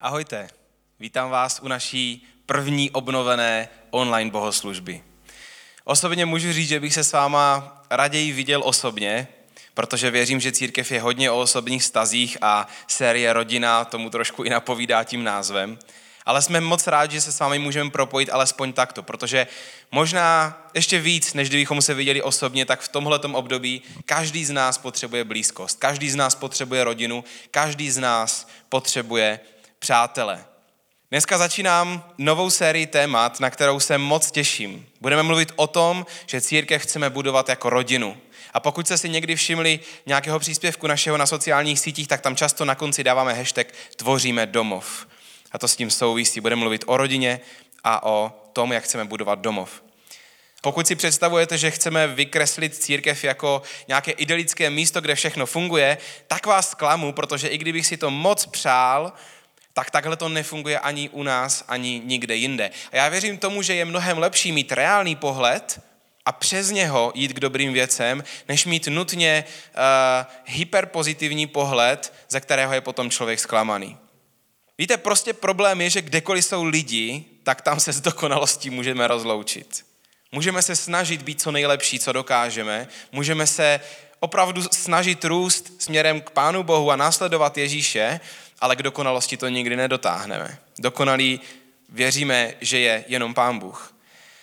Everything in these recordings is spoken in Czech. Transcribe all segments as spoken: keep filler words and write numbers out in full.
Ahojte, vítám vás u naší první obnovené online bohoslužby. Osobně můžu říct, že bych se s váma raději viděl osobně, protože věřím, že církev je hodně o osobních vztazích a série Rodina tomu trošku i napovídá tím názvem. Ale jsme moc rádi, že se s vámi můžeme propojit alespoň takto, protože možná ještě víc, než kdybychom se viděli osobně, tak v tomhletom období každý z nás potřebuje blízkost, každý z nás potřebuje rodinu, každý z nás potřebuje přátelé. Dneska začínám novou sérii témat, na kterou se moc těším. Budeme mluvit o tom, že církev chceme budovat jako rodinu. A pokud jste si někdy všimli nějakého příspěvku našeho na sociálních sítích, tak tam často na konci dáváme hashtag Tvoříme domov. A to s tím souvisí. Budeme mluvit o rodině a o tom, jak chceme budovat domov. Pokud si představujete, že chceme vykreslit církev jako nějaké idylické místo, kde všechno funguje, tak vás zklamu, protože i kdybych si to moc přál, tak takhle to nefunguje ani u nás, ani nikde jinde. A já věřím tomu, že je mnohem lepší mít reálný pohled a přes něho jít k dobrým věcem, než mít nutně uh, hyperpozitivní pohled, ze kterého je potom člověk zklamaný. Víte, prostě problém je, že kdekoliv jsou lidi, tak tam se s dokonalostí můžeme rozloučit. Můžeme se snažit být co nejlepší, co dokážeme. Můžeme se opravdu snažit růst směrem k Pánu Bohu a následovat Ježíše, ale k dokonalosti to nikdy nedotáhneme. Dokonalý věříme, že je jenom Pán Bůh.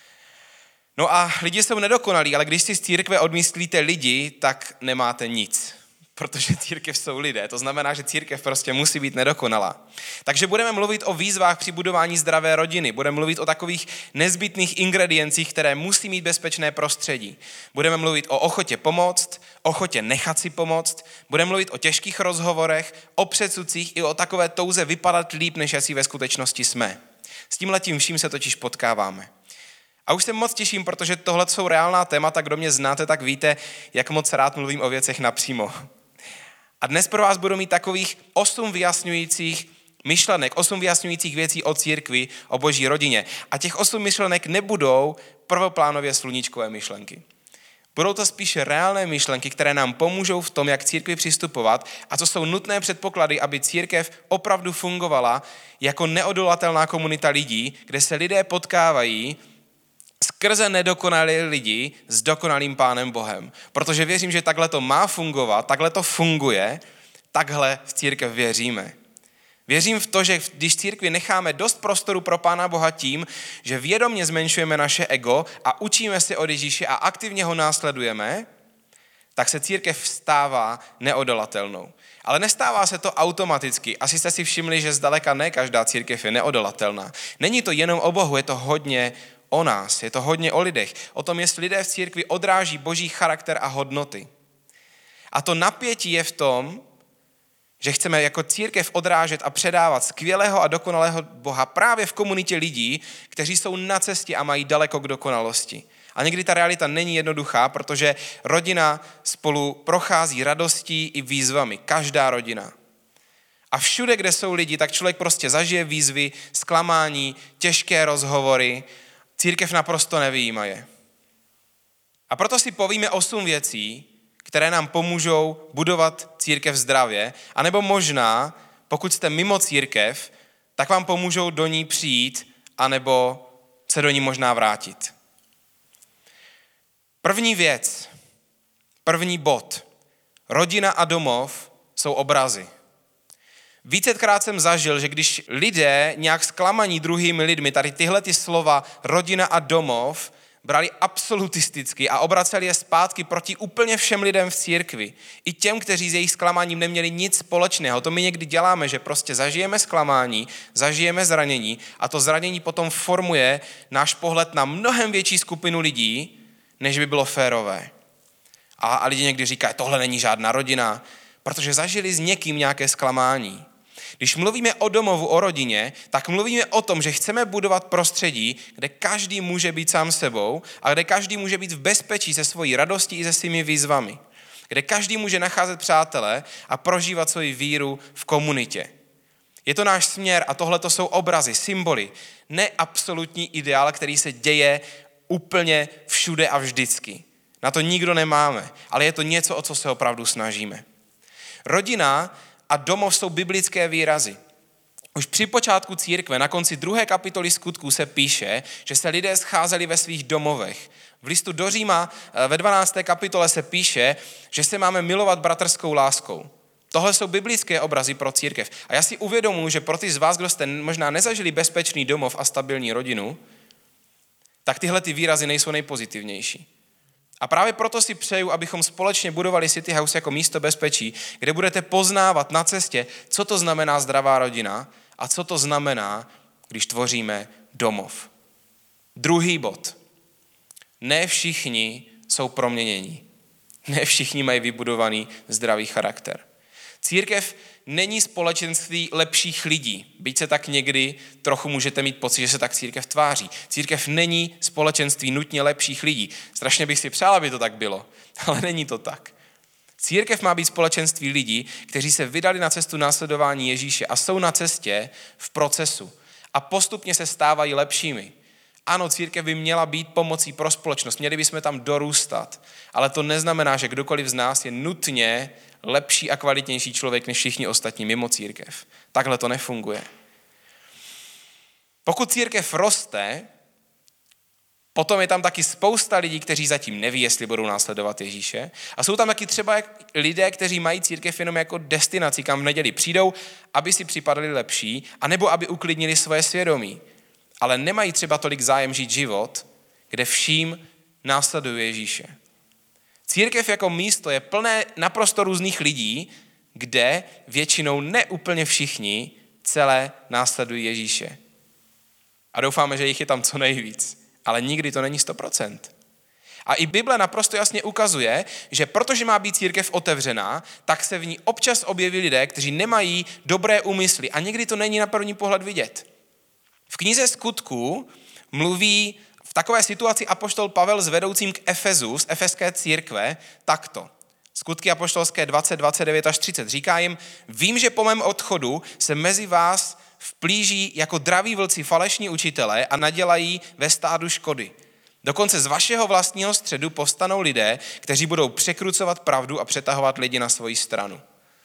No a lidi jsou nedokonalí, ale když si z církve odmyslíte lidi, tak nemáte nic. Protože církev jsou lidé, to znamená, že církev prostě musí být nedokonalá. Takže budeme mluvit o výzvách při budování zdravé rodiny, budeme mluvit o takových nezbytných ingrediencích, které musí mít bezpečné prostředí. Budeme mluvit o ochotě pomoct, ochotě nechat si pomoct, budeme mluvit o těžkých rozhovorech, o předsudcích i o takové touze vypadat líp, než asi ve skutečnosti jsme. S tímhletím vším se totiž potkáváme. A už se moc těším, protože tohle jsou reálná témata, kdo mě znáte, tak víte, jak moc rád mluvím o věcech napřímo. A dnes pro vás budu mít takových osm vyjasňujících myšlenek, osm vyjasňujících věcí o církvi, o boží rodině. A těch osm myšlenek nebudou prvoplánově sluníčkové myšlenky. Budou to spíše reálné myšlenky, které nám pomůžou v tom, jak církvi přistupovat a co jsou nutné předpoklady, aby církev opravdu fungovala jako neodolatelná komunita lidí, kde se lidé potkávají skrze nedokonalé lidi s dokonalým Pánem Bohem. Protože věřím, že takhle to má fungovat, takhle to funguje, takhle v církev věříme. Věřím v to, že když v církvi necháme dost prostoru pro Pána Boha tím, že vědomě zmenšujeme naše ego a učíme se od Ježíše a aktivně ho následujeme, tak se církev stává neodolatelnou. Ale nestává se to automaticky. Asi jste si všimli, že zdaleka ne každá církev je neodolatelná. Není to jenom o Bohu, je to hodně o nás, je to hodně o lidech. O tom, jestli lidé v církvi odráží boží charakter a hodnoty. A to napětí je v tom, že chceme jako církev odrážet a předávat skvělého a dokonalého Boha právě v komunitě lidí, kteří jsou na cestě a mají daleko k dokonalosti. A někdy ta realita není jednoduchá, protože rodina spolu prochází radostí i výzvami. Každá rodina. A všude, kde jsou lidi, tak člověk prostě zažije výzvy, zklamání, těžké rozhovory. Církev naprosto nevyjímaje. A proto si povíme osm věcí, které nám pomůžou budovat církev zdravě, anebo možná, pokud jste mimo církev, tak vám pomůžou do ní přijít, anebo se do ní možná vrátit. První věc, první bod. Rodina a domov jsou obrazy. Vícekrát jsem zažil, že když lidé nějak zklamaní druhými lidmi, tady tyhle ty slova rodina a domov, brali absolutisticky a obraceli je zpátky proti úplně všem lidem v církvi. I těm, kteří s jejich zklamáním neměli nic společného. To my někdy děláme, že prostě zažijeme zklamání, zažijeme zranění a to zranění potom formuje náš pohled na mnohem větší skupinu lidí, než by bylo férové. A, a lidi někdy říkají, tohle není žádná rodina, protože zažili s někým nějaké zklamání. Když mluvíme o domovu, o rodině, tak mluvíme o tom, že chceme budovat prostředí, kde každý může být sám sebou a kde každý může být v bezpečí se svojí radostí i se svými výzvami. Kde každý může nacházet přátele a prožívat svoji víru v komunitě. Je to náš směr a tohle to jsou obrazy, symboly, ne absolutní ideál, který se děje úplně všude a vždycky. Na to nikdo nemáme, ale je to něco, o co se opravdu snažíme. Rodina a domov jsou biblické výrazy. Už při počátku církve, na konci druhé kapitoly Skutků se píše, že se lidé scházeli ve svých domovech. V listu do Říma ve dvanácté kapitole se píše, že se máme milovat bratrskou láskou. Tohle jsou biblické obrazy pro církev. A já si uvědomuji, že pro ty z vás, kdo jste možná nezažili bezpečný domov a stabilní rodinu, tak tyhle ty výrazy nejsou nejpozitivnější. A právě proto si přeju, abychom společně budovali City House jako místo bezpečí, kde budete poznávat na cestě, co to znamená zdravá rodina a co to znamená, když tvoříme domov. Druhý bod. Ne všichni jsou proměnění. Ne všichni mají vybudovaný zdravý charakter. Církev není společenství lepších lidí, byť se tak někdy trochu můžete mít pocit, že se tak církev tváří. Církev není společenství nutně lepších lidí. Strašně bych si přál, aby to tak bylo, ale není to tak. Církev má být společenství lidí, kteří se vydali na cestu následování Ježíše a jsou na cestě v procesu a postupně se stávají lepšími. Ano, církev by měla být pomocí pro společnost, měli bychom tam dorůstat, ale to neznamená, že kdokoliv z nás je nutně lepší a kvalitnější člověk než všichni ostatní mimo církev. Takhle to nefunguje. Pokud církev roste, potom je tam taky spousta lidí, kteří zatím neví, jestli budou následovat Ježíše. A jsou tam taky třeba lidé, kteří mají církev jenom jako destinaci, kam v neděli přijdou, aby si připadali lepší, anebo aby uklidnili svoje svědomí. Ale nemají třeba tolik zájem žít život, kde vším následuje Ježíše. Církev jako místo je plné naprosto různých lidí, kde většinou neúplně všichni celé následují Ježíše. A doufáme, že jich je tam co nejvíc, ale nikdy to není sto procent. A i Bible naprosto jasně ukazuje, že protože má být církev otevřená, tak se v ní občas objeví lidé, kteří nemají dobré úmysly a někdy to není na první pohled vidět. V knize Skutků mluví v takové situaci apoštol Pavel s vedoucím k Efezu, z efeské církve, takto. Skutky apoštolské dvacet, dvacet devět až třicet. Říká jim, vím, že po mém odchodu se mezi vás vplíží jako draví vlci falešní učitelé a nadělají ve stádu škody. Dokonce z vašeho vlastního středu povstanou lidé, kteří budou překrucovat pravdu a přetahovat lidi na svoji stranu.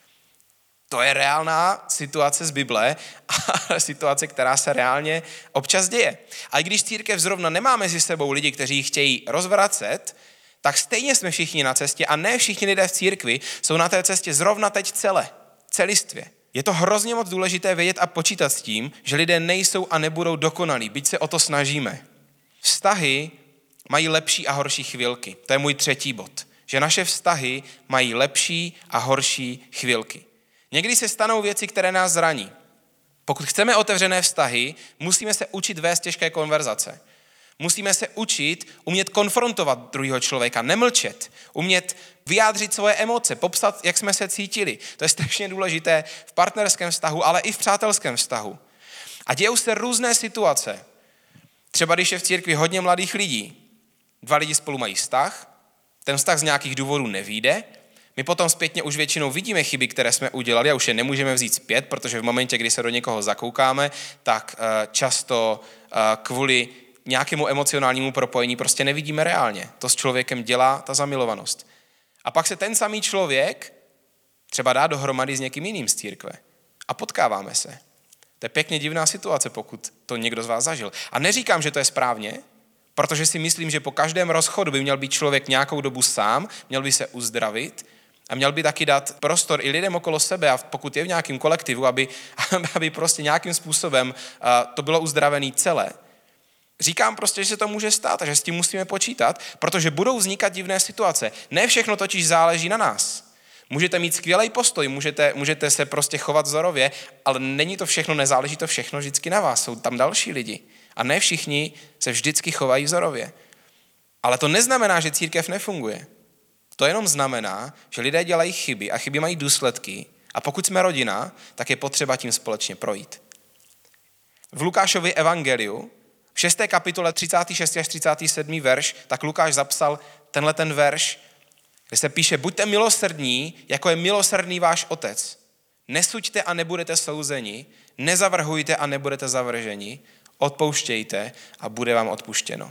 To je reálná situace z Bible a situace, která se reálně občas děje. A i když církev zrovna nemá mezi sebou lidi, kteří ji chtějí rozvracet, tak stejně jsme všichni na cestě a ne všichni lidé v církvi jsou na té cestě zrovna teď celé, celistvě. Je to hrozně moc důležité vědět a počítat s tím, že lidé nejsou a nebudou dokonalí, byť se o to snažíme. Vztahy mají lepší a horší chvilky. To je můj třetí bod. Že naše vztahy mají lepší a horší chvilky. Někdy se stanou věci, které nás zraní. Pokud chceme otevřené vztahy, musíme se učit vést těžké konverzace. Musíme se učit umět konfrontovat druhého člověka, nemlčet, umět vyjádřit svoje emoce, popsat, jak jsme se cítili. To je strašně důležité v partnerském vztahu, ale i v přátelském vztahu. A dějou se různé situace. Třeba když je v církvi hodně mladých lidí, dva lidi spolu mají vztah, ten vztah z nějakých důvodů nevyjde, my potom zpětně už většinou vidíme chyby, které jsme udělali a už je nemůžeme vzít zpět, protože v momentě, kdy se do někoho zakoukáme, tak často kvůli nějakému emocionálnímu propojení prostě nevidíme reálně. To s člověkem dělá ta zamilovanost. A pak se ten samý člověk třeba dá dohromady s někým jiným z církve a potkáváme se. To je pěkně divná situace, pokud to někdo z vás zažil. A neříkám, že to je správně, protože si myslím, že po každém rozchodu by měl být člověk nějakou dobu sám, měl by se uzdravit a měl by taky dát prostor i lidem okolo sebe, a pokud je v nějakém kolektivu, aby, aby prostě nějakým způsobem to bylo uzdravené celé. Říkám prostě, že se to může stát a že s tím musíme počítat, protože budou vznikat divné situace. Ne všechno totiž záleží na nás. Můžete mít skvělý postoj, můžete, můžete se prostě chovat vzorově, ale není to všechno, nezáleží to všechno vždycky na vás. Jsou tam další lidi. A ne všichni se vždycky chovají vzorově. Ale to neznamená, že církev nefunguje. To jenom znamená, že lidé dělají chyby a chyby mají důsledky a pokud jsme rodina, tak je potřeba tím společně projít. V Lukášově evangeliu, v šesté kapitole třicátý šestý až třicátý sedmý verš, tak Lukáš zapsal tenhle ten verš, kde se píše, buďte milosrdní, jako je milosrdný váš otec. Nesuďte a nebudete souzeni, nezavrhujte a nebudete zavrženi, odpouštějte a bude vám odpuštěno.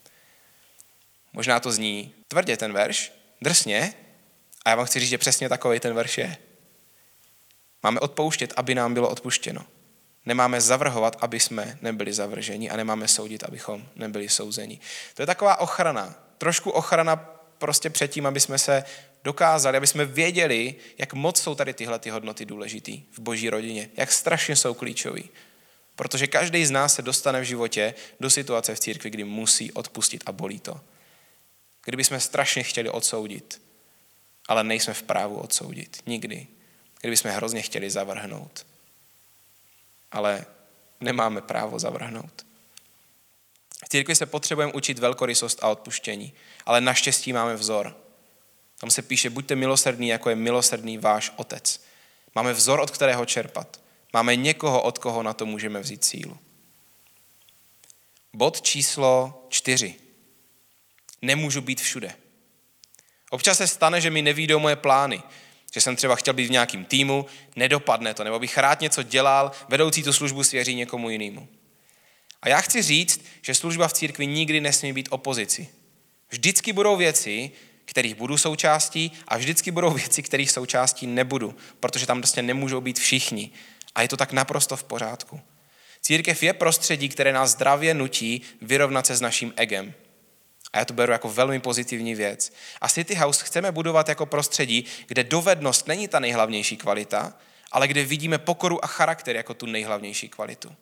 Možná to zní tvrdě ten verš, drsně, a já vám chci říct, že přesně takovej ten verš je. Máme odpouštět, aby nám bylo odpuštěno. Nemáme zavrhovat, aby jsme nebyli zavrženi a nemáme soudit, abychom nebyli souzeni. To je taková ochrana. Trošku ochrana prostě před tím, aby jsme se dokázali, aby jsme věděli, jak moc jsou tady tyhle ty hodnoty důležitý v boží rodině, jak strašně jsou klíčový. Protože každý z nás se dostane v životě do situace v církvi, kdy musí odpustit a bolí to. Kdyby jsme strašně chtěli odsoudit, ale nejsme v právu odsoudit. Nikdy. Kdyby jsme hrozně chtěli zavrhnout, ale nemáme právo zavrhnout. V církvi se potřebujeme učit velkorysost a odpuštění, ale naštěstí máme vzor. Tam se píše, buďte milosrdní, jako je milosrdný váš otec. Máme vzor, od kterého čerpat. Máme někoho, od koho na to můžeme vzít sílu. Bod číslo čtyři. Nemůžu být všude. Občas se stane, že mi nevyjdou moje plány. Že jsem třeba chtěl být v nějakém týmu, nedopadne to, nebo bych rád něco dělal, vedoucí tu službu svěří někomu jinému. A já chci říct, že služba v církvi nikdy nesmí být opozici. Vždycky budou věci, kterých budu součástí a vždycky budou věci, kterých součástí nebudu, protože tam prostě nemůžou být všichni. A je to tak naprosto v pořádku. Církev je prostředí, které nás zdravě nutí vyrovnat se s naším egem. A já to beru jako velmi pozitivní věc. A City House chceme budovat jako prostředí, kde dovednost není ta nejhlavnější kvalita, ale kde vidíme pokoru a charakter jako tu nejhlavnější kvalitu.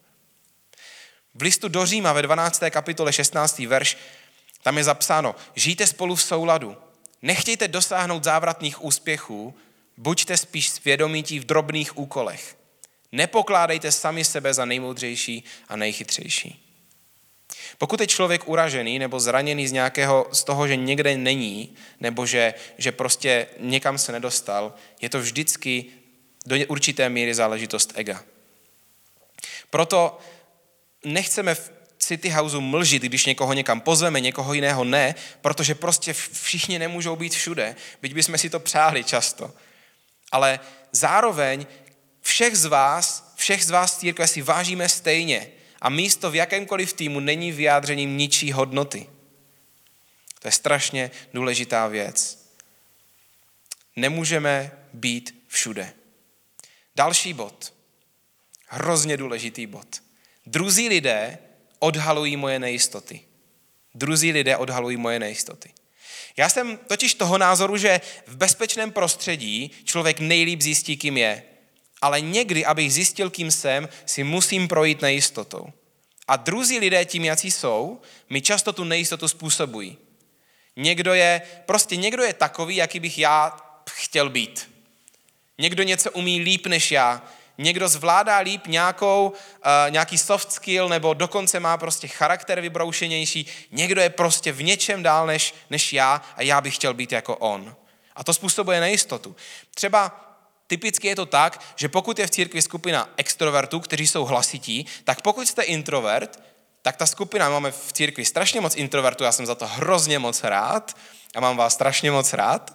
V listu do Říma ve dvanácté kapitole šestnáctý verš tam je zapsáno, žijte spolu v souladu, nechtějte dosáhnout závratných úspěchů, buďte spíš svědomítí v drobných úkolech. Nepokládejte sami sebe za nejmoudřejší a nejchytřejší. Pokud je člověk uražený nebo zraněný z nějakého, z toho, že někde není, nebo že, že prostě někam se nedostal, je to vždycky do určité míry záležitost ega. Proto nechceme v City Houseu mlžit, když někoho někam pozveme, někoho jiného ne, protože prostě všichni nemůžou být všude, byť bychom si to přáli často. Ale zároveň všech z vás, všech z vás církve si vážíme stejně a místo v jakémkoliv týmu není vyjádřením ničí hodnoty. To je strašně důležitá věc. Nemůžeme být všude. Další bod. Hrozně důležitý bod. Druzí lidé odhalují moje nejistoty. Druzí lidé odhalují moje nejistoty. Já jsem totiž toho názoru, že v bezpečném prostředí člověk nejlíp zjistí, kým je. Ale někdy, abych zjistil, kým jsem, si musím projít nejistotou. A druzí lidé tím, jací jsou, mi často tu nejistotu způsobují. Někdo je, prostě někdo je takový, jaký bych já chtěl být. Někdo něco umí líp než já. Někdo zvládá líp nějakou, uh, nějaký soft skill nebo dokonce má prostě charakter vybroušenější. Někdo je prostě v něčem dál než, než já a já bych chtěl být jako on. A to způsobuje nejistotu. Třeba typicky je to tak, že pokud je v církvi skupina extrovertů, kteří jsou hlasití, tak pokud jste introvert, tak ta skupina, máme v církvi strašně moc introvertů, já jsem za to hrozně moc rád a mám vás strašně moc rád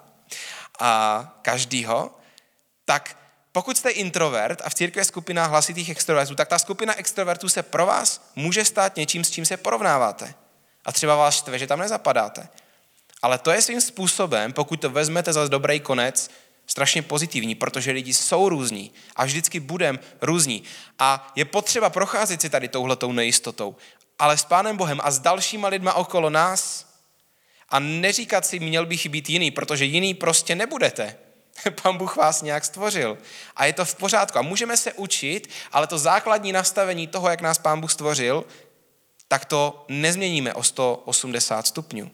a každýho, tak pokud jste introvert a v církvi je skupina hlasitých extrovertů, tak ta skupina extrovertů se pro vás může stát něčím, s čím se porovnáváte. A třeba vás štve, že tam nezapadáte. Ale to je svým způsobem, pokud to vezmete za dobrý konec, strašně pozitivní, protože lidi jsou různí a vždycky budeme různí. A je potřeba procházet si tady touhletou nejistotou, ale s Pánem Bohem a s dalšíma lidma okolo nás a neříkat si, měl bych být jiný, protože jiný prostě nebudete. Pán Bůh vás nějak stvořil a je to v pořádku. A můžeme se učit, ale to základní nastavení toho, jak nás Pán Bůh stvořil, tak to nezměníme o sto osmdesát stupňů.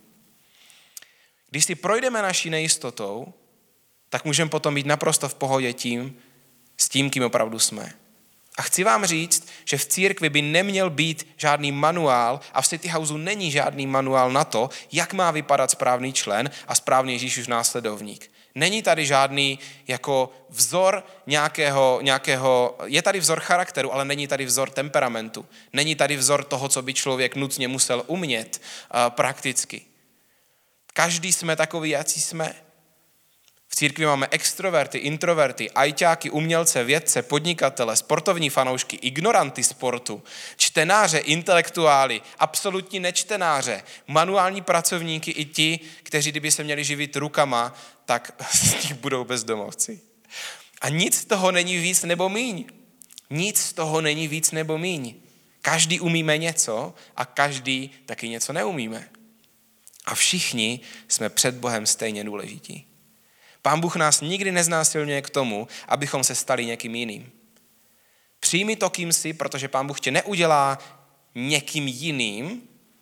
Když si projdeme naší nejistotou, tak můžeme potom být naprosto v pohodě tím, s tím, kým opravdu jsme. A chci vám říct, že v církvi by neměl být žádný manuál a v City Houseu není žádný manuál na to, jak má vypadat správný člen a správný Ježíšův následovník. Není tady žádný jako vzor nějakého, nějakého, je tady vzor charakteru, ale není tady vzor temperamentu. Není tady vzor toho, co by člověk nutně musel umět uh, prakticky. Každý jsme takový, jací jsme. V církvi máme extroverty, introverty, ajťáky, umělce, vědce, podnikatele, sportovní fanoušky, ignoranty sportu, čtenáře, intelektuály, absolutní nečtenáře, manuální pracovníky i ti, kteří kdyby se měli živit rukama, tak z nich budou bezdomovci. A nic z toho není víc nebo míň. Nic z toho není víc nebo míň. Každý umíme něco a každý taky něco neumíme. A všichni jsme před Bohem stejně důležití. Pán Bůh nás nikdy neznásilňuje k tomu, abychom se stali někým jiným. Přijmi to, kým jsi, protože Pán Bůh tě neudělá někým jiným,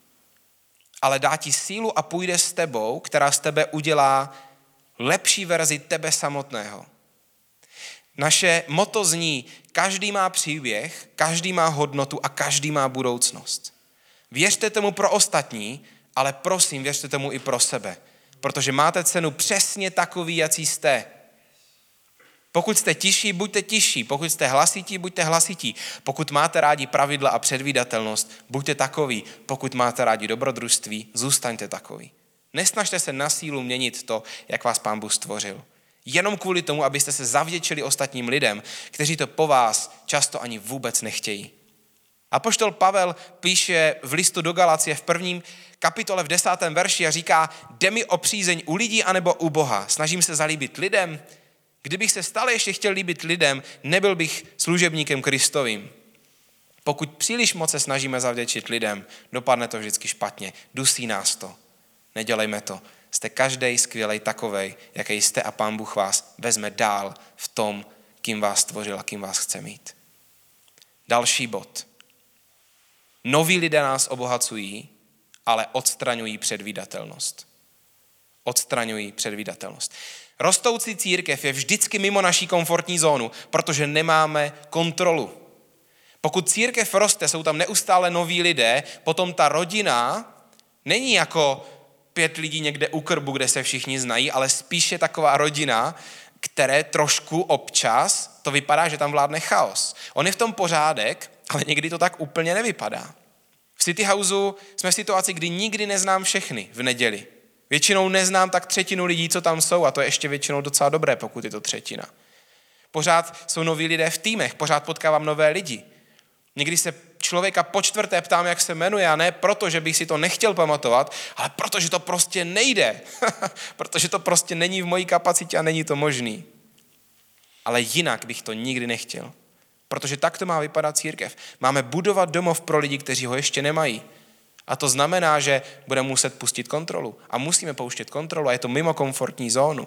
ale dá ti sílu a půjde s tebou, která z tebe udělá lepší verzi tebe samotného. Naše motto zní, každý má příběh, každý má hodnotu a každý má budoucnost. Věřte tomu pro ostatní, ale prosím, věřte tomu i pro sebe, protože máte cenu přesně takový, jací jste. Pokud jste tiší, buďte tiší, pokud jste hlasití, buďte hlasití. Pokud máte rádi pravidla a předvídatelnost, buďte takový. Pokud máte rádi dobrodružství, zůstaňte takový. Nesnažte se na sílu měnit to, jak vás Pán Bůh stvořil. Jenom kvůli tomu, abyste se zavděčili ostatním lidem, kteří to po vás často ani vůbec nechtějí. Apoštol Pavel píše v listu do Galacie v prvním kapitole v desátém verši a říká, jde mi o přízeň u lidí anebo u Boha. Snažím se zalíbit lidem. Kdybych se stále ještě chtěl líbit lidem, nebyl bych služebníkem Kristovým. Pokud příliš moc se snažíme zavděčit lidem, dopadne to vždycky špatně. Dusí nás to. Nedělejme to. Jste každej skvělej takovej, jaký jste a Pán Bůh vás vezme dál v tom, kým vás stvořil a kým vás chce mít. Další bod. Noví lidé nás obohacují, ale odstraňují předvídatelnost. Odstraňují předvídatelnost. Rostoucí církev je vždycky mimo naší komfortní zónu, protože nemáme kontrolu. Pokud církev roste, jsou tam neustále noví lidé, potom ta rodina není jako pět lidí někde u krbu, kde se všichni znají, ale spíše taková rodina, které trošku občas to vypadá, že tam vládne chaos. On je v tom pořádek, ale někdy to tak úplně nevypadá. V City Houseu jsme v situaci, kdy nikdy neznám všechny v neděli. Většinou neznám tak třetinu lidí, co tam jsou, a to je ještě většinou docela dobré, pokud je to třetina. Pořád jsou noví lidé v týmech, pořád potkávám nové lidi. Někdy se člověka po čtvrté ptám, jak se jmenuje, a ne proto, že bych si to nechtěl pamatovat, ale protože to prostě nejde. Protože to prostě není v mojí kapacitě a není to možný. Ale jinak bych to nikdy nechtěl. Protože tak to má vypadat církev. Máme budovat domov pro lidi, kteří ho ještě nemají. A to znamená, že budeme muset pustit kontrolu. A musíme pouštět kontrolu a je to mimo komfortní zónu.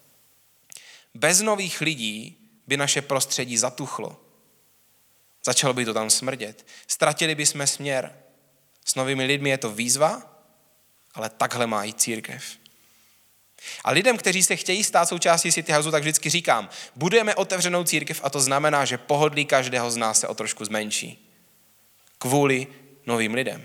Bez nových lidí by naše prostředí zatuchlo. Začalo by to tam smrdět. Ztratili bychom směr. S novými lidmi je to výzva, ale takhle má i církev. A lidem, kteří se chtějí stát součástí City Houseu, tak vždycky říkám, budujeme otevřenou církev a to znamená, že pohodlí každého z nás se o trošku zmenší. Kvůli novým lidem.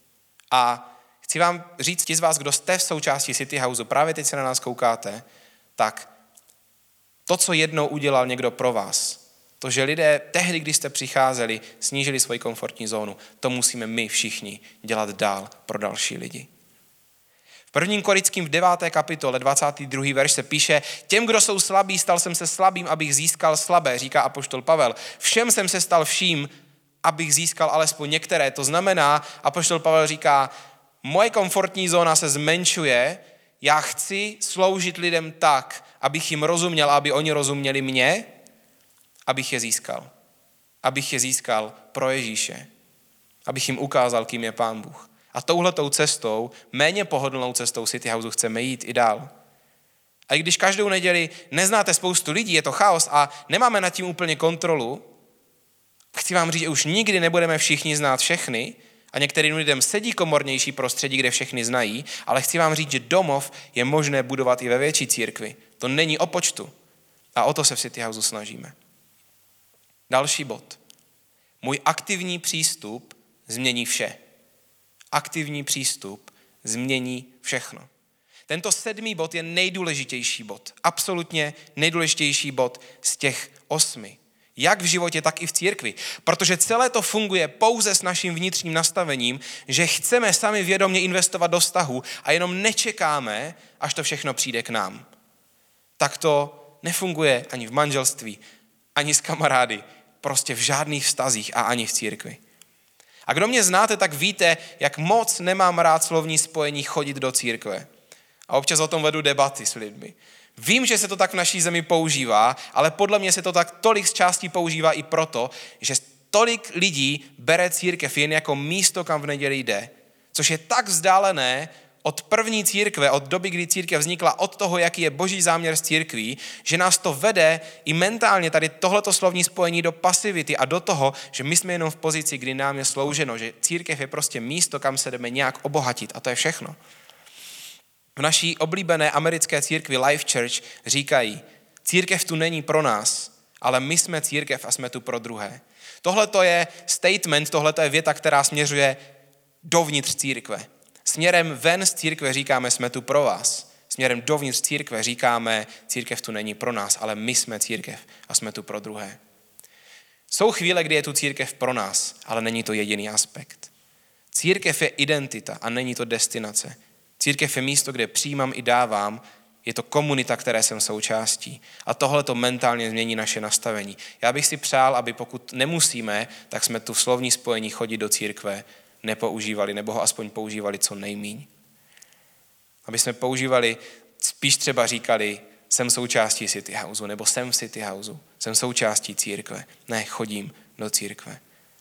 A chci vám říct, ti z vás, kdo jste v součástí City Houseu, právě teď se na nás koukáte, tak to, co jednou udělal někdo pro vás, to, že lidé tehdy, když jste přicházeli, snížili svoji komfortní zónu, to musíme my všichni dělat dál pro další lidi. V prvním Korinským v deváté kapitole dvacátý druhý verš se píše, těm, kdo jsou slabí, stal jsem se slabým, abych získal slabé, říká apoštol Pavel. Všem jsem se stal vším, abych získal alespoň některé. To znamená, apoštol Pavel říká, moje komfortní zóna se zmenšuje, já chci sloužit lidem tak, abych jim rozuměl, aby oni rozuměli mě, abych je získal. Abych je získal pro Ježíše. Abych jim ukázal, kým je Pán Bůh. A touhletou cestou, méně pohodlnou cestou City Houseu chceme jít i dál. A i když každou neděli neznáte spoustu lidí, je to chaos a nemáme nad tím úplně kontrolu, chci vám říct, že už nikdy nebudeme všichni znát všechny a některým lidem sedí komornější prostředí, kde všechny znají, ale chci vám říct, že domov je možné budovat i ve větší církvi. To není o počtu. A o to se v City Houseu snažíme. Další bod. Můj aktivní přístup změní vše. Aktivní přístup změní všechno. Tento sedmý bod je nejdůležitější bod. Absolutně nejdůležitější bod z těch osmi. Jak v životě, tak i v církvi. Protože celé to funguje pouze s naším vnitřním nastavením, že chceme sami vědomě investovat do vztahu a jenom nečekáme, až to všechno přijde k nám. Tak to nefunguje ani v manželství, ani s kamarády, prostě v žádných vztazích a ani v církvi. A kdo mě znáte, tak víte, jak moc nemám rád slovní spojení chodit do církve. A občas o tom vedu debaty s lidmi. Vím, že se to tak v naší zemi používá, ale podle mě se to tak tolik z částí používá i proto, že tolik lidí bere církev jen jako místo, kam v neděli jde, což je tak vzdálené od první církve, od doby, kdy církev vznikla, od toho, jaký je boží záměr s církví, že nás to vede i mentálně tady tohleto slovní spojení do pasivity a do toho, že my jsme jenom v pozici, kdy nám je slouženo, že církev je prostě místo, kam se jdeme nějak obohatit a to je všechno. V naší oblíbené americké církvi Life Church říkají, církev tu není pro nás, ale my jsme církev a jsme tu pro druhé. Tohle to je statement, tohle to je věta, která směřuje dovnitř církve. Směrem ven z církve říkáme, jsme tu pro vás. Směrem dovnitř církve říkáme, církev tu není pro nás, ale my jsme církev a jsme tu pro druhé. Jsou chvíle, kdy je tu církev pro nás, ale není to jediný aspekt. Církev je identita a není to destinace. Církev je místo, kde přijímám i dávám, je to komunita, které jsem součástí. A tohle to mentálně změní naše nastavení. Já bych si přál, aby pokud nemusíme, tak jsme tu v slovní spojení chodit do církve nepoužívali, nebo ho aspoň používali co nejmíň. Aby jsme používali, spíš třeba říkali, jsem součástí City Houseu, nebo jsem v City Houseu, jsem součástí církve. Ne, chodím do církve.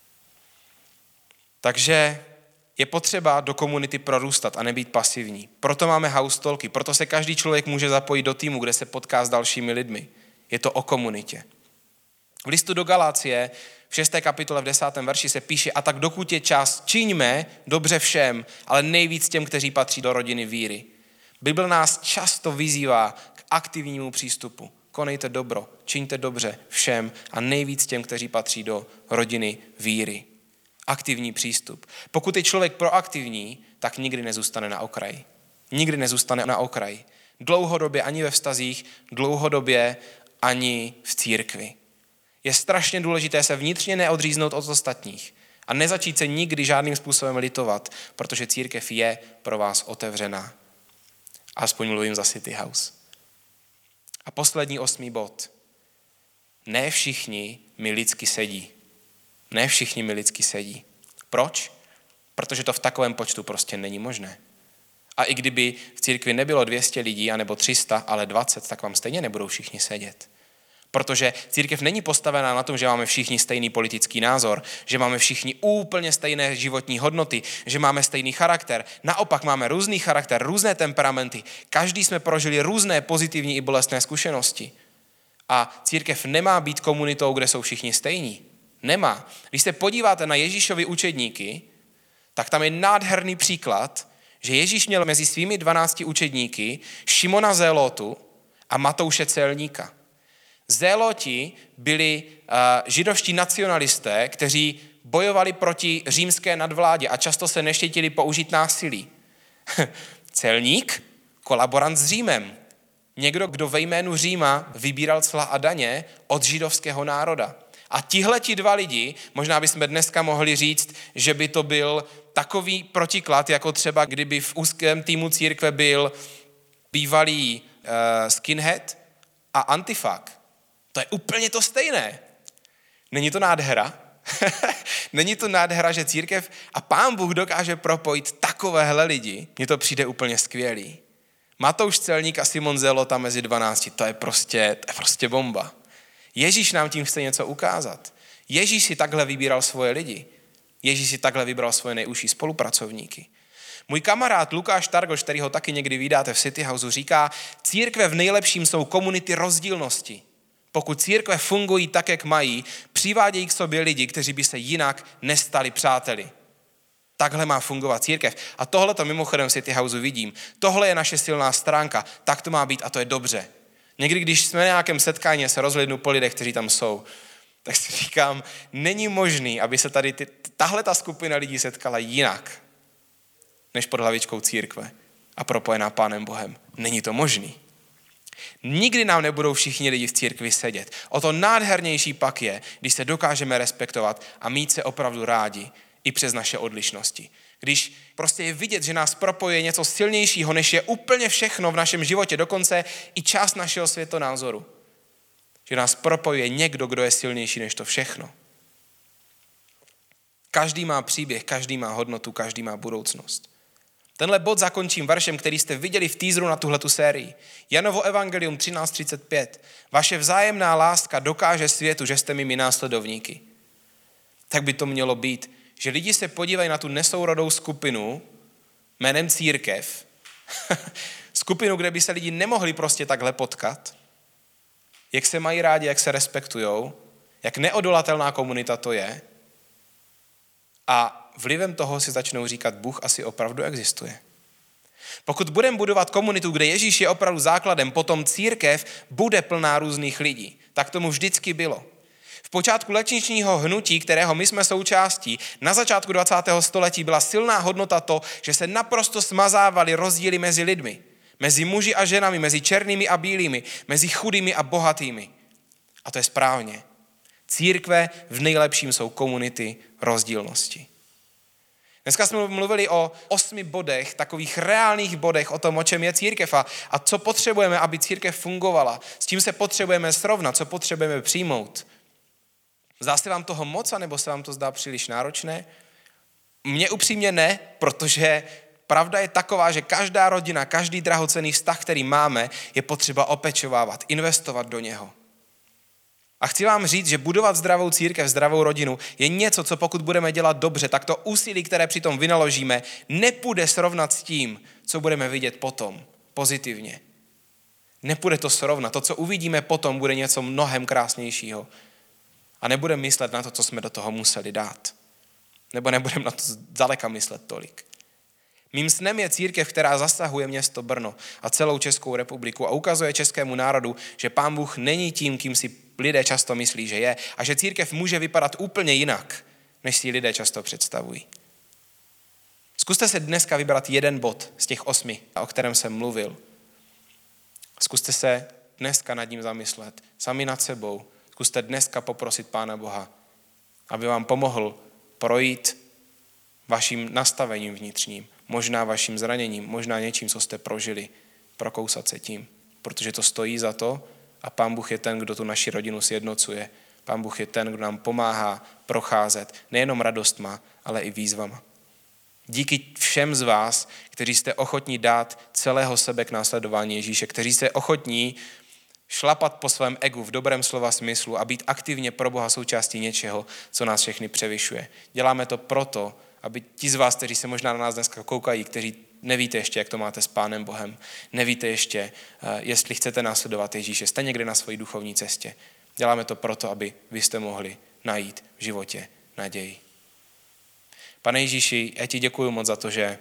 Takže je potřeba do komunity prorůstat a nebýt pasivní. Proto máme house talky, proto se každý člověk může zapojit do týmu, kde se potká s dalšími lidmi. Je to o komunitě. V listu do Galácie v šesté kapitole v desátém verši se píše, a tak dokud je čas, čiňme dobře všem, ale nejvíc těm, kteří patří do rodiny víry. Bible nás často vyzývá k aktivnímu přístupu. Konejte dobro, čiňte dobře všem a nejvíc těm, kteří patří do rodiny víry. Aktivní přístup. Pokud je člověk proaktivní, tak nikdy nezůstane na okraji. Nikdy nezůstane na okraji. Dlouhodobě ani ve vztazích, dlouhodobě ani v církvi. Je strašně důležité se vnitřně neodříznout od ostatních a nezačít se nikdy žádným způsobem litovat, protože církev je pro vás otevřená. Aspoň mluvím za City House. A poslední osmý bod. Ne všichni mi lidsky sedí. Ne všichni mi lidsky sedí. Proč? Protože to v takovém počtu prostě není možné. A i kdyby v církvi nebylo dvě stě lidí, anebo tři sta, ale dvacet, tak vám stejně nebudou všichni sedět. Protože církev není postavená na tom, že máme všichni stejný politický názor, že máme všichni úplně stejné životní hodnoty, že máme stejný charakter. Naopak máme různý charakter, různé temperamenty. Každý jsme prožili různé pozitivní i bolestné zkušenosti. A církev nemá být komunitou, kde jsou všichni stejní. Nemá. Když se podíváte na Ježíšovy učedníky, tak tam je nádherný příklad, že Ježíš měl mezi svými dvanácti učedníky Šimona Zélotu a Matouše Celníka. Zéloti byli uh, židovští nacionalisté, kteří bojovali proti římské nadvládě a často se neštětili použít násilí. Celník, kolaborant s Římem. Někdo, kdo ve jménu Říma vybíral cla a daně od židovského národa. A tihleti dva lidi, možná bychom dneska mohli říct, že by to byl takový protiklad, jako třeba kdyby v úzkém týmu církve byl bývalý uh, skinhead a antifák. To je úplně to stejné. Není to nádhera? Není to nádhera, že církev a Pán Bůh dokáže propojit takovéhle lidi? Mně to přijde úplně skvělý. Matouš Celník a Simon Zélota mezi dvanácti, to je prostě, to je prostě bomba. Ježíš nám tím chce něco ukázat. Ježíš si takhle vybíral svoje lidi. Ježíš si takhle vybral svoje nejužší spolupracovníky. Můj kamarád Lukáš Targoš, který ho taky někdy vydáte v City Houseu, říká, církve v nejlepším jsou komunity rozdílnosti. Pokud církve fungují tak, jak mají, přivádějí k sobě lidi, kteří by se jinak nestali přáteli. Takhle má fungovat církev. A tohle to mimochodem v City Houseu vidím. Tohle je naše silná stránka. Tak to má být a to je dobře. Někdy, když jsme na nějakém setkání, se rozhlédnu po lidech, kteří tam jsou, tak si říkám, není možný, aby se tady ty, tahle ta skupina lidí setkala jinak, než pod hlavičkou církve a propojená Pánem Bohem. Není to možný. Nikdy nám nebudou všichni lidi v církvi sedět. O to nádhernější pak je, když se dokážeme respektovat a mít se opravdu rádi i přes naše odlišnosti. Když prostě je vidět, že nás propojuje něco silnějšího, než je úplně všechno v našem životě, dokonce i část našeho světonázoru. Že nás propojuje někdo, kdo je silnější než to všechno. Každý má příběh, každý má hodnotu, každý má budoucnost. Tenhle bod zakončím veršem, který jste viděli v teaseru na tuhletu sérii. Janovo evangelium třináct třicet pět. Vaše vzájemná láska dokáže světu, že jste mými následovníky. Tak by to mělo být, že lidi se podívají na tu nesourodou skupinu jménem církev, skupinu, kde by se lidi nemohli prostě takhle potkat, jak se mají rádi, jak se respektujou, jak neodolatelná komunita to je, a vlivem toho si začnou říkat, Bůh asi opravdu existuje. Pokud budeme budovat komunitu, kde Ježíš je opravdu základem, potom církev bude plná různých lidí. Tak tomu vždycky bylo. V počátku letničního hnutí, kterého my jsme součástí, na začátku dvacátého století byla silná hodnota to, že se naprosto smazávaly rozdíly mezi lidmi. Mezi muži a ženami, mezi černými a bílými, mezi chudými a bohatými. A to je správně. Církve v nejlepším jsou komunity rozdílnosti. Dneska jsme mluvili o osmi bodech, takových reálných bodech o tom, o čem je církev a, a co potřebujeme, aby církev fungovala. S tím se potřebujeme srovnat, co potřebujeme přijmout. Zdá se vám toho moc, anebo se vám to zdá příliš náročné? Mně upřímně ne, protože pravda je taková, že každá rodina, každý drahocenný vztah, který máme, je potřeba opečovávat, investovat do něho. A chci vám říct, že budovat zdravou církev, zdravou rodinu je něco, co pokud budeme dělat dobře, tak to úsilí, které přitom vynaložíme, nepůjde srovnat s tím, co budeme vidět potom, pozitivně. Nepůjde to srovnat. To, co uvidíme potom, bude něco mnohem krásnějšího. A nebudeme myslet na to, co jsme do toho museli dát. Nebo nebudeme na to zdaleka myslet tolik. Mým snem je církev, která zasahuje město Brno a celou Českou republiku a ukazuje českému národu, že Pán Bůh není tím, kým si lidé často myslí, že je, a že církev může vypadat úplně jinak, než si lidé často představují. Zkuste se dneska vybrat jeden bod z těch osmi, o kterém jsem mluvil. Zkuste se dneska nad ním zamyslet, sami nad sebou. Zkuste dneska poprosit Pána Boha, aby vám pomohl projít vaším nastavením vnitřním, možná vaším zraněním, možná něčím, co jste prožili, prokousat se tím, protože to stojí za to a Pán Bůh je ten, kdo tu naši rodinu sjednocuje. Pán Bůh je ten, kdo nám pomáhá procházet nejenom radostma, ale i výzvama. Díky všem z vás, kteří jste ochotní dát celého sebe k následování Ježíše, kteří jste ochotní šlapat po svém egu v dobrém slova smyslu a být aktivně pro Boha součástí něčeho, co nás všechny převyšuje. Děláme to proto, aby ti z vás, kteří se možná na nás dneska koukají, kteří nevíte ještě, jak to máte s Pánem Bohem, nevíte ještě, jestli chcete následovat Ježíše, jste někde na své duchovní cestě. Děláme to proto, aby vy jste mohli najít v životě naději. Pane Ježíši, já ti děkuji moc za to, že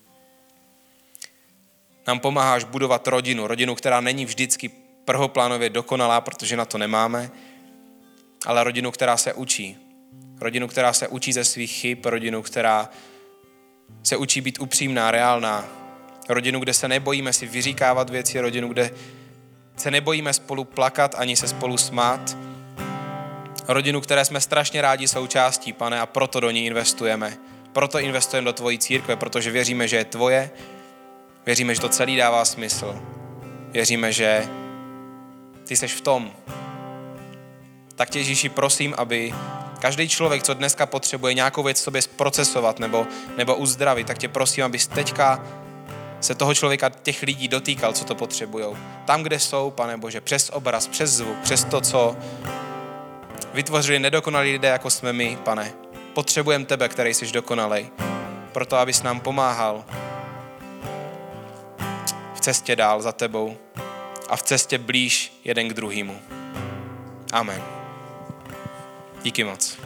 nám pomáháš budovat rodinu, rodinu, která není vždycky prvoplánově dokonalá, protože na to nemáme, ale rodinu, která se učí. Rodinu, která se učí ze svých chyb, rodinu, která se učí být upřímná, reálná. Rodinu, kde se nebojíme si vyříkávat věci, rodinu, kde se nebojíme spolu plakat ani se spolu smát. Rodinu, které jsme strašně rádi součástí, Pane, a proto do ní investujeme. Proto investujeme do tvojí církve, protože věříme, že je tvoje, věříme, že to celý dává smysl. Věříme, že ty seš v tom. Tak tě, Ježíši, prosím, aby každý člověk, co dneska potřebuje nějakou věc sobě zprocesovat nebo, nebo uzdravit, tak tě prosím, abys teďka se toho člověka, těch lidí dotýkal, co to potřebujou. Tam, kde jsou, Pane Bože, přes obraz, přes zvuk, přes to, co vytvořili nedokonalí lidé, jako jsme my, Pane. Potřebujeme tebe, který jsi dokonalej, proto abys nám pomáhal v cestě dál za tebou a v cestě blíž jeden k druhému. Amen. Díky moc.